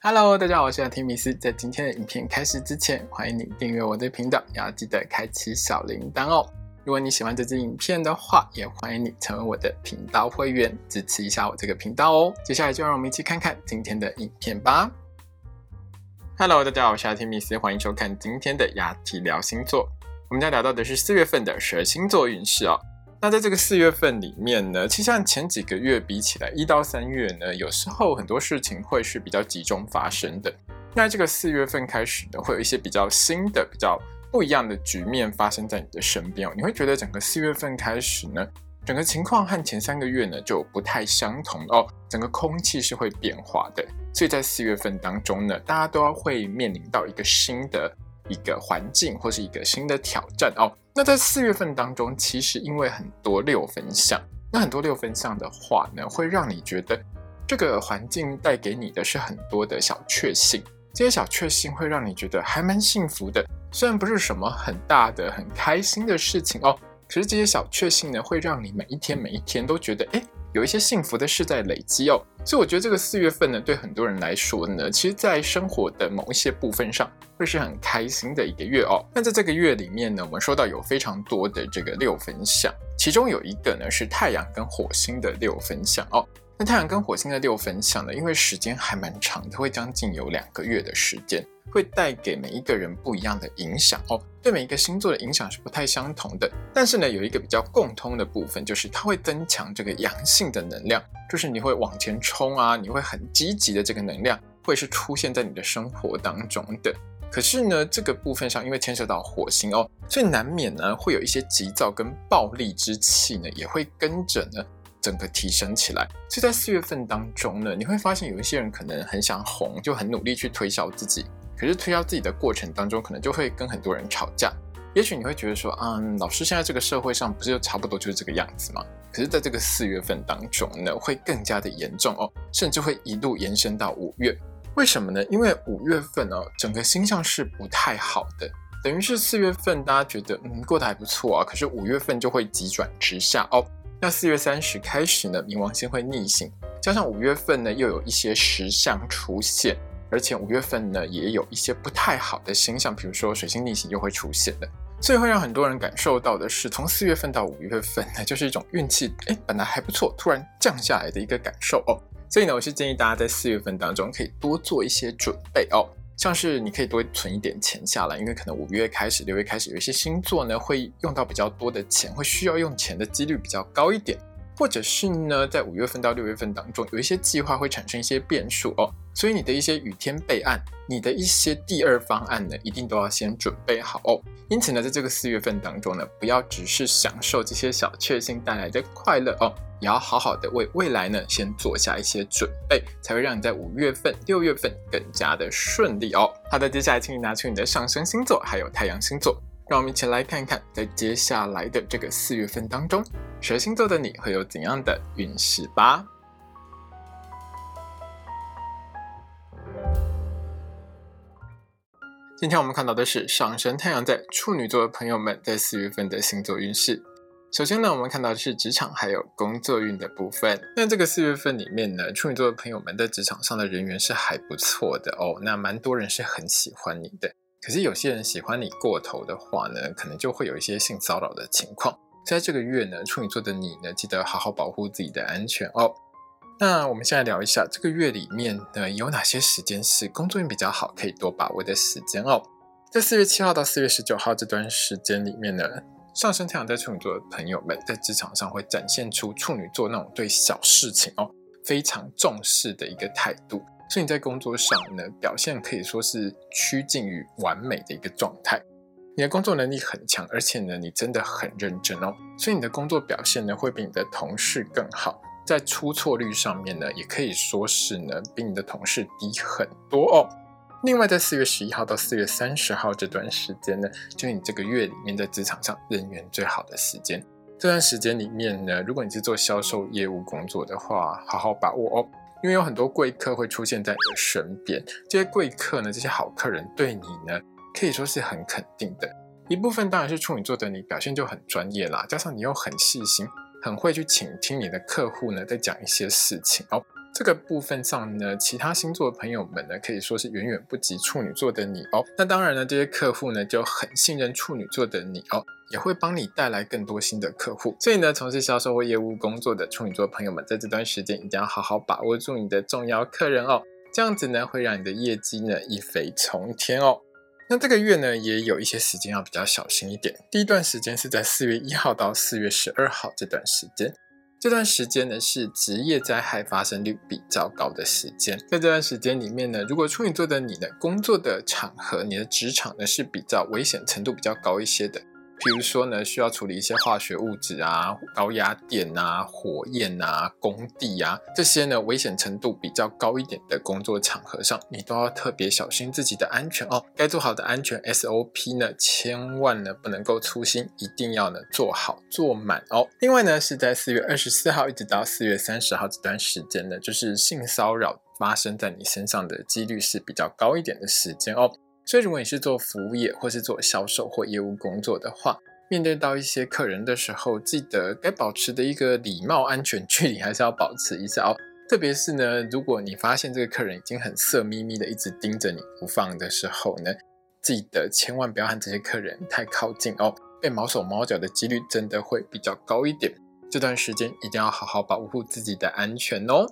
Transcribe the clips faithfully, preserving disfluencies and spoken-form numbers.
Hello， 大家好，我是阿提米斯。在今天的影片开始之前，欢迎你订阅我的频道，也要记得开启小铃铛哦。如果你喜欢这支影片的话，也欢迎你成为我的频道会员，支持一下我这个频道哦。接下来就让我们一起看看今天的影片吧。Hello， 大家好，我是阿提米斯，欢迎收看今天的雅提聊星座。我们要聊到的是四月份的十二星座运势哦。那在这个四月份里面呢，其实和前几个月比起来，一到三月呢，有时候很多事情会是比较集中发生的。那这个四月份开始呢，会有一些比较新的、比较不一样的局面发生在你的身边哦。你会觉得整个四月份开始呢，整个情况和前三个月呢就不太相同哦，整个空气是会变化的。所以在四月份当中呢，大家都要会面临到一个新的一个环境或是一个新的挑战哦。那在四月份当中，其实因为很多六分相，那很多六分相的话呢，会让你觉得这个环境带给你的是很多的小确幸，这些小确幸会让你觉得还蛮幸福的，虽然不是什么很大的很开心的事情哦，可是这些小确幸呢，会让你每一天每一天都觉得诶有一些幸福的事在累积哦。所以我觉得这个四月份呢，对很多人来说呢，其实在生活的某一些部分上会是很开心的一个月哦。那在这个月里面呢，我们说到有非常多的这个六分相，其中有一个呢是太阳跟火星的六分相哦。那太阳跟火星的六分相呢，因为时间还蛮长的，会将近有两个月的时间，会带给每一个人不一样的影响哦。对每一个星座的影响是不太相同的，但是呢，有一个比较共通的部分，就是它会增强这个阳性的能量，就是你会往前冲啊，你会很积极的这个能量，会是出现在你的生活当中的。可是呢，这个部分上因为牵涉到火星哦，所以难免呢会有一些急躁跟暴力之气呢，也会跟着呢整个提升起来。所以在四月份当中呢，你会发现有一些人可能很想红，就很努力去推销自己，可是推销自己的过程当中，可能就会跟很多人吵架。也许你会觉得说，嗯，老师现在这个社会上不是就差不多就是这个样子吗？可是在这个四月份当中呢，会更加的严重哦，甚至会一路延伸到五月。为什么呢？因为五月份哦，整个星象是不太好的，等于是四月份大家觉得嗯过得还不错啊，可是五月份就会急转直下哦。那四月三十开始呢，冥王星会逆行，加上五月份呢又有一些实相出现，而且五月份呢也有一些不太好的星象，比如说水星逆行又会出现的，所以会让很多人感受到的是，从四月份到五月份呢，就是一种运气哎本来还不错，突然降下来的一个感受哦。所以呢，我是建议大家在四月份当中可以多做一些准备哦，像是你可以多存一点钱下来，因为可能五月开始、六月开始有一些星座呢会用到比较多的钱，会需要用钱的几率比较高一点，或者是呢在五月份到六月份当中有一些计划会产生一些变数哦，所以你的一些雨天备案，你的一些第二方案呢一定都要先准备好哦。因此呢，在这个四月份当中呢，不要只是享受这些小确幸带来的快乐哦，也要好好的为未来呢先做下一些准备，才会让你在五月份、六月份更加的顺利哦。好的，接下来请你拿出你的上升星座还有太阳星座，让我们一起来看看，在接下来的这个四月份当中，十二星座的你会有怎样的运势吧。今天我们看到的是上升太阳在处女座的朋友们在四月份的星座运势。首先呢，我们看到的是职场还有工作运的部分。那这个四月份里面呢，处女座的朋友们在职场上的人缘是还不错的哦，那蛮多人是很喜欢你的。可是有些人喜欢你过头的话呢，可能就会有一些性骚扰的情况。在这个月呢，处女座的你呢，记得好好保护自己的安全哦。那我们现在聊一下这个月里面呢，有哪些时间是工作运比较好，可以多把握的时间哦。在四月七号到四月十九号这段时间里面呢，上升太阳在处女座的朋友们在职场上会展现出处女座那种对小事情哦非常重视的一个态度，所以你在工作上呢表现可以说是趋近于完美的一个状态。你的工作能力很强，而且呢你真的很认真哦，所以你的工作表现呢会比你的同事更好，在出错率上面呢也可以说是呢比你的同事低很多哦。另外在四月十一号到四月三十号这段时间呢，就是你这个月里面在职场上人缘最好的时间。这段时间里面呢，如果你是做销售业务工作的话，好好把握哦，因为有很多贵客会出现在你的身边。这些贵客呢，这些好客人对你呢可以说是很肯定的。一部分当然是处女座的你表现就很专业啦，加上你又很细心，很会去倾听你的客户呢在讲一些事情哦， 这个部分上呢，其他星座的朋友们呢，可以说是远远不及处女座的你哦。那当然呢，这些客户呢就很信任处女座的你哦，也会帮你带来更多新的客户。所以呢，从事销售或业务工作的处女座朋友们，在这段时间一定要好好把握住你的重要客人哦，这样子呢，会让你的业绩呢一飞冲天哦。那这个月呢，也有一些时间要比较小心一点。第一段时间是在四月一号到四月十二号这段时间，这段时间呢是职业灾害发生率比较高的时间。在这段时间里面呢，如果处女座的你呢，工作的场合，你的职场呢是比较危险程度比较高一些的。比如说呢，需要处理一些化学物质啊、高压电啊、火焰啊、工地啊，这些呢危险程度比较高一点的工作场合上，你都要特别小心自己的安全哦。该做好的安全 S O P 呢，千万呢不能够粗心，一定要呢做好做满哦。另外呢，是在四月二十四号一直到四月三十号这段时间呢，就是性骚扰发生在你身上的几率是比较高一点的时间哦。所以如果你是做服务业或是做销售或业务工作的话，面对到一些客人的时候，记得该保持的一个礼貌安全距离还是要保持一下哦。特别是呢，如果你发现这个客人已经很色眯眯的一直盯着你不放的时候呢，记得千万不要和这些客人太靠近哦，被毛手毛脚的几率真的会比较高一点。这段时间一定要好好保护自己的安全哦。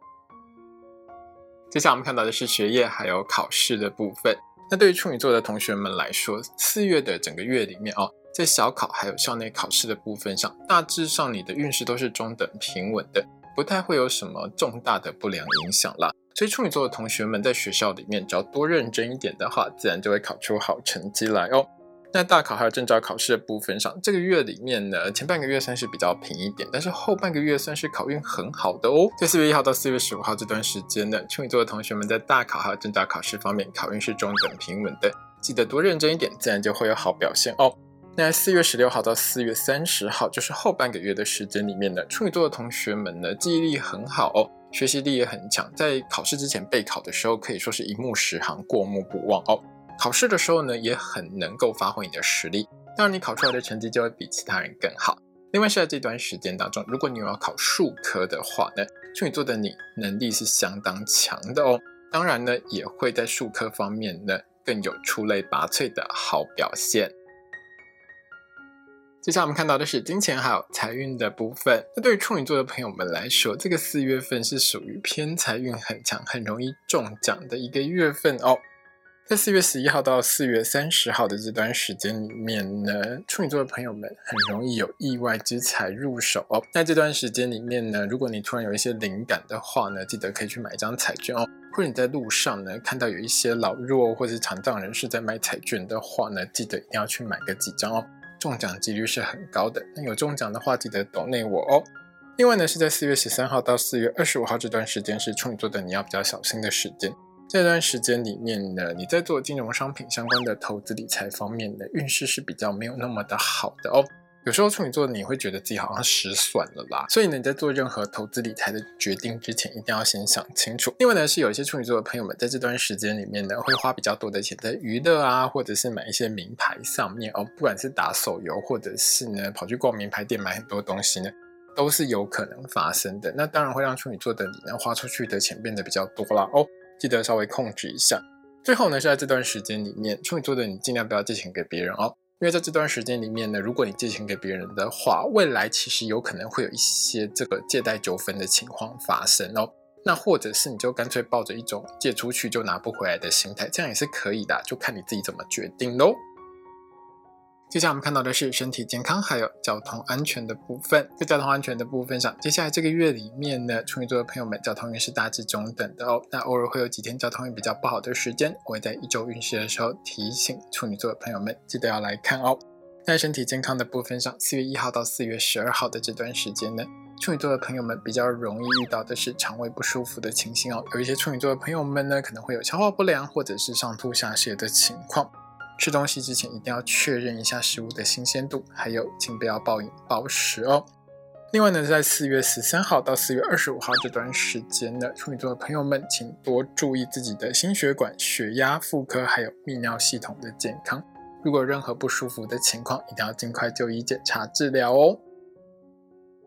接下来我们看到的是学业还有考试的部分。那对于处女座的同学们来说，四月的整个月里面哦，在小考还有校内考试的部分上，大致上你的运势都是中等平稳的，不太会有什么重大的不良影响啦。所以处女座的同学们在学校里面只要多认真一点的话，自然就会考出好成绩来哦。那大考还有证照考试的部分上，这个月里面呢，前半个月算是比较平一点，但是后半个月算是考运很好的哦。在四月一号到四月十五号这段时间呢，处女座的同学们在大考还有证照考试方面，考运是中等平稳的，记得多认真一点，自然就会有好表现哦。那四月十六号到四月三十号，就是后半个月的时间里面呢，处女座的同学们呢，记忆力很好哦，学习力也很强，在考试之前备考的时候，可以说是一目十行，过目不忘哦。考试的时候呢，也很能够发挥你的实力，当然你考出来的成绩就会比其他人更好。另外是在这段时间当中，如果你有要考数科的话呢，处女座的你能力是相当强的哦，当然呢，也会在数科方面呢，更有出类拔萃的好表现。接下来我们看到的是金钱还有财运的部分。那对于处女座的朋友们来说，这个四月份是属于偏财运很强，很容易中奖的一个月份哦。在四月十一号到四月三十号的这段时间里面呢，处女座的朋友们很容易有意外之财入手哦。在这段时间里面呢，如果你突然有一些灵感的话呢，记得可以去买一张彩券哦。或者你在路上呢看到有一些老弱或是残障人士在买彩券的话呢，记得一定要去买个几张哦，中奖几率是很高的。那有中奖的话，记得抖内我哦。另外呢，是在四月十三号到四月二十五号这段时间是处女座的你要比较小心的时间。这段时间里面呢，你在做金融商品相关的投资理财方面的运势是比较没有那么的好的哦。有时候处女座你会觉得自己好像失算了啦，所以呢，你在做任何投资理财的决定之前，一定要先想清楚。另外呢，是有一些处女座的朋友们在这段时间里面呢，会花比较多的钱在娱乐啊，或者是买一些名牌上面哦，不管是打手游，或者是呢跑去逛名牌店买很多东西呢，都是有可能发生的。那当然会让处女座的你呢，花出去的钱变得比较多啦哦。记得稍微控制一下。最后呢，是在这段时间里面，处女座的你尽量不要借钱给别人哦，因为在这段时间里面呢，如果你借钱给别人的话，未来其实有可能会有一些这个借贷纠纷的情况发生哦。那或者是你就干脆抱着一种借出去就拿不回来的心态，这样也是可以的，就看你自己怎么决定咯。接下来我们看到的是身体健康还有交通安全的部分。在交通安全的部分上，接下来这个月里面呢，处女座的朋友们交通运是大致中等的哦。那偶尔会有几天交通运比较不好的时间，我会在一周运势的时候提醒处女座的朋友们记得要来看哦。在身体健康的部分上，四月一号到四月十二号的这段时间呢，处女座的朋友们比较容易遇到的是肠胃不舒服的情形哦。有一些处女座的朋友们呢，可能会有消化不良或者是上吐下泻的情况。吃东西之前一定要确认一下食物的新鲜度，还有请不要暴饮暴食哦。另外呢，在四月十三号到四月二十五号这段时间呢，处女座的朋友们请多注意自己的心血管、血压、妇科还有泌尿系统的健康。如果有任何不舒服的情况，一定要尽快就医检查治疗哦。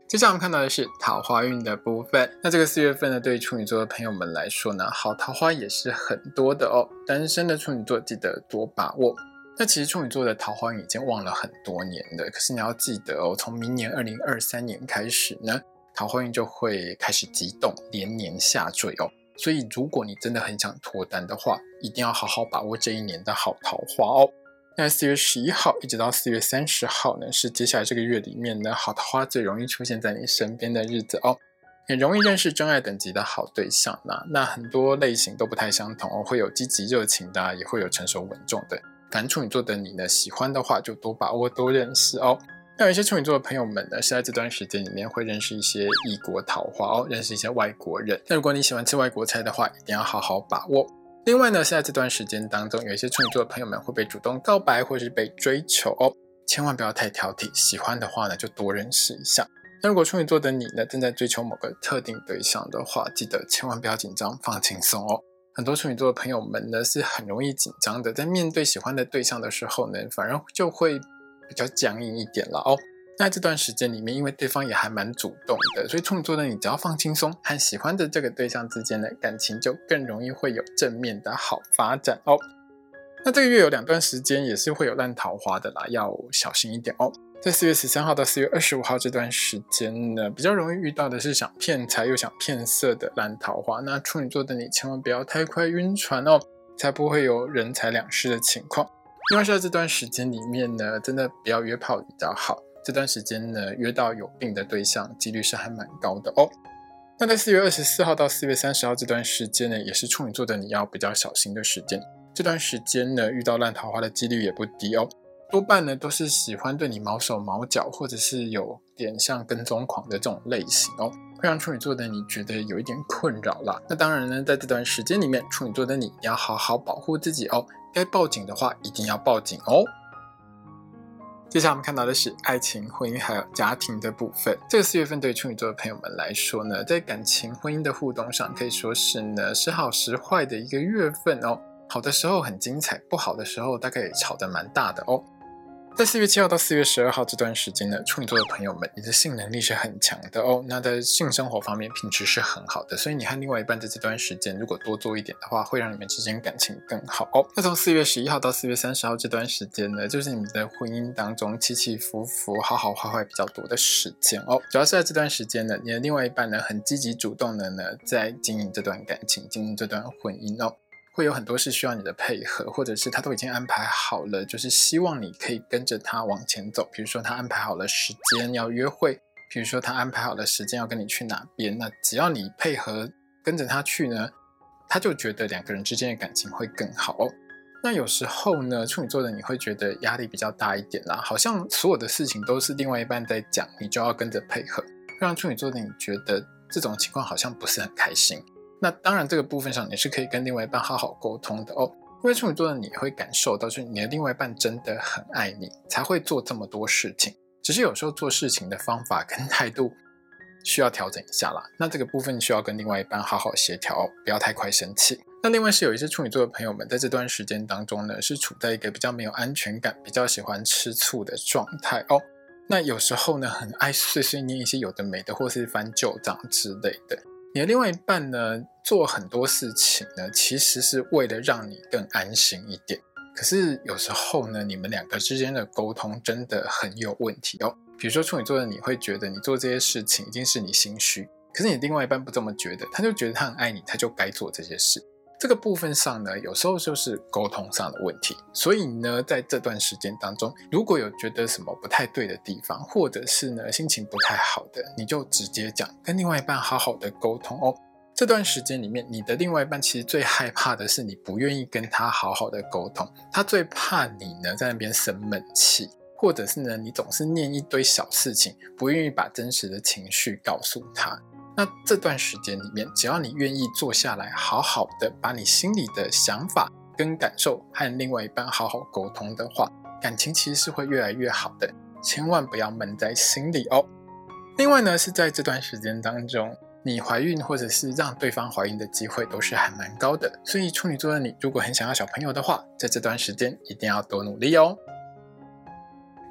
接下来我们看到的是桃花运的部分。那这个四月份呢，对于处女座的朋友们来说呢，好桃花也是很多的哦。单身的处女座记得多把握。那其实处女座的桃花运已经旺了很多年了，可是你要记得哦，从明年二零二三年开始呢，桃花运就会开始急动，连年下坠哦。所以如果你真的很想脱单的话，一定要好好把握这一年的好桃花哦。那四月十一号一直到四月三十号呢，是接下来这个月里面呢，好桃花最容易出现在你身边的日子哦，也容易认识真爱等级的好对象啦。那很多类型都不太相同哦，会有积极热情的、啊，也会有成熟稳重的。反处女座的你呢，喜欢的话就多把握多认识哦。那有一些处女座的朋友们呢，是在这段时间里面会认识一些异国桃花哦，认识一些外国人。那如果你喜欢吃外国菜的话，一定要好好把握。另外呢，是在这段时间当中，有一些处女座的朋友们会被主动告白或是被追求哦，千万不要太挑剔，喜欢的话呢就多认识一下。那如果处女座的你呢正在追求某个特定对象的话，记得千万不要紧张，放轻松哦。很多处女座的朋友们呢是很容易紧张的，在面对喜欢的对象的时候呢，反而就会比较僵硬一点了哦。那这段时间里面，因为对方也还蛮主动的，所以处女座的你只要放轻松，和喜欢的这个对象之间的感情就更容易会有正面的好发展哦。那这个月有两段时间也是会有烂桃花的啦，要小心一点哦。在四月十三号到四月二十五号这段时间呢，比较容易遇到的是想骗财又想骗色的烂桃花。那处女座的你千万不要太快晕船哦，才不会有人财两失的情况。另外是在这段时间里面呢，真的不要约炮比较好。这段时间呢，约到有病的对象几率是还蛮高的哦。那在四月二十四号到四月三十号这段时间呢，也是处女座的你要比较小心的时间。这段时间呢，遇到烂桃花的几率也不低哦，多半呢都是喜欢对你毛手毛脚，或者是有点像跟踪狂的这种类型哦，会让处女座的你觉得有一点困扰啦。那当然呢，在这段时间里面，处女座的你要好好保护自己哦，该报警的话一定要报警哦。接下来我们看到的是爱情、婚姻还有家庭的部分。这个四月份对处女座的朋友们来说呢，在感情、婚姻的互动上可以说是呢时好时坏的一个月份哦。好的时候很精彩，不好的时候大概也吵得蛮大的哦。在四月七号到四月十二号这段时间呢，处女座的朋友们，你的性能力是很强的哦。那在性生活方面品质是很好的，所以你和另外一半在这段时间如果多做一点的话，会让你们之间感情更好哦。那从四月十一号到四月三十号这段时间呢，就是你们的婚姻当中起起伏伏、好好坏坏比较多的时间哦。主要是在这段时间呢，你的另外一半呢很积极主动的呢，在经营这段感情、经营这段婚姻哦。会有很多事需要你的配合，或者是他都已经安排好了，就是希望你可以跟着他往前走。比如说他安排好了时间要约会，比如说他安排好了时间要跟你去哪边，那只要你配合跟着他去呢，他就觉得两个人之间的感情会更好哦。那有时候呢，处女座的你会觉得压力比较大一点啦，好像所有的事情都是另外一半在讲，你就要跟着配合，让处女座的你觉得这种情况好像不是很开心。那当然这个部分上你是可以跟另外一半好好沟通的哦，因为处女座的你会感受到，就是你的另外一半真的很爱你，才会做这么多事情，只是有时候做事情的方法跟态度需要调整一下啦。那这个部分需要跟另外一半好好协调哦，不要太快生气。那另外是有一些处女座的朋友们在这段时间当中呢，是处在一个比较没有安全感，比较喜欢吃醋的状态哦。那有时候呢，很爱碎碎念一些有的没的，或是翻旧账之类的。你的另外一半呢，做很多事情呢，其实是为了让你更安心一点。可是有时候呢，你们两个之间的沟通真的很有问题哦。比如说处女座的你会觉得你做这些事情已经是你心虚，可是你另外一半不这么觉得，他就觉得他很爱你，他就该做这些事。这个部分上呢，有时候就是沟通上的问题。所以呢，在这段时间当中，如果有觉得什么不太对的地方，或者是呢心情不太好的，你就直接讲，跟另外一半好好的沟通哦。这段时间里面，你的另外一半其实最害怕的是你不愿意跟他好好的沟通，他最怕你呢在那边生闷气，或者是呢你总是念一堆小事情，不愿意把真实的情绪告诉他。那这段时间里面，只要你愿意坐下来好好的把你心里的想法跟感受和另外一半好好沟通的话，感情其实是会越来越好的，千万不要闷在心里哦。另外呢，是在这段时间当中，你怀孕或者是让对方怀孕的机会都是还蛮高的，所以处女座的你如果很想要小朋友的话，在这段时间一定要多努力哦。接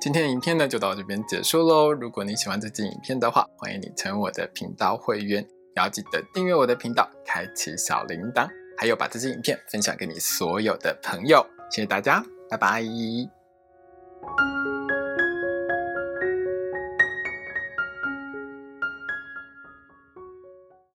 今天的影片呢就到这边结束咯。如果你喜欢这支影片的话，欢迎你成为我的频道会员，也要记得订阅我的频道，开启小铃铛，还有把这支影片分享给你所有的朋友。谢谢大家，拜拜。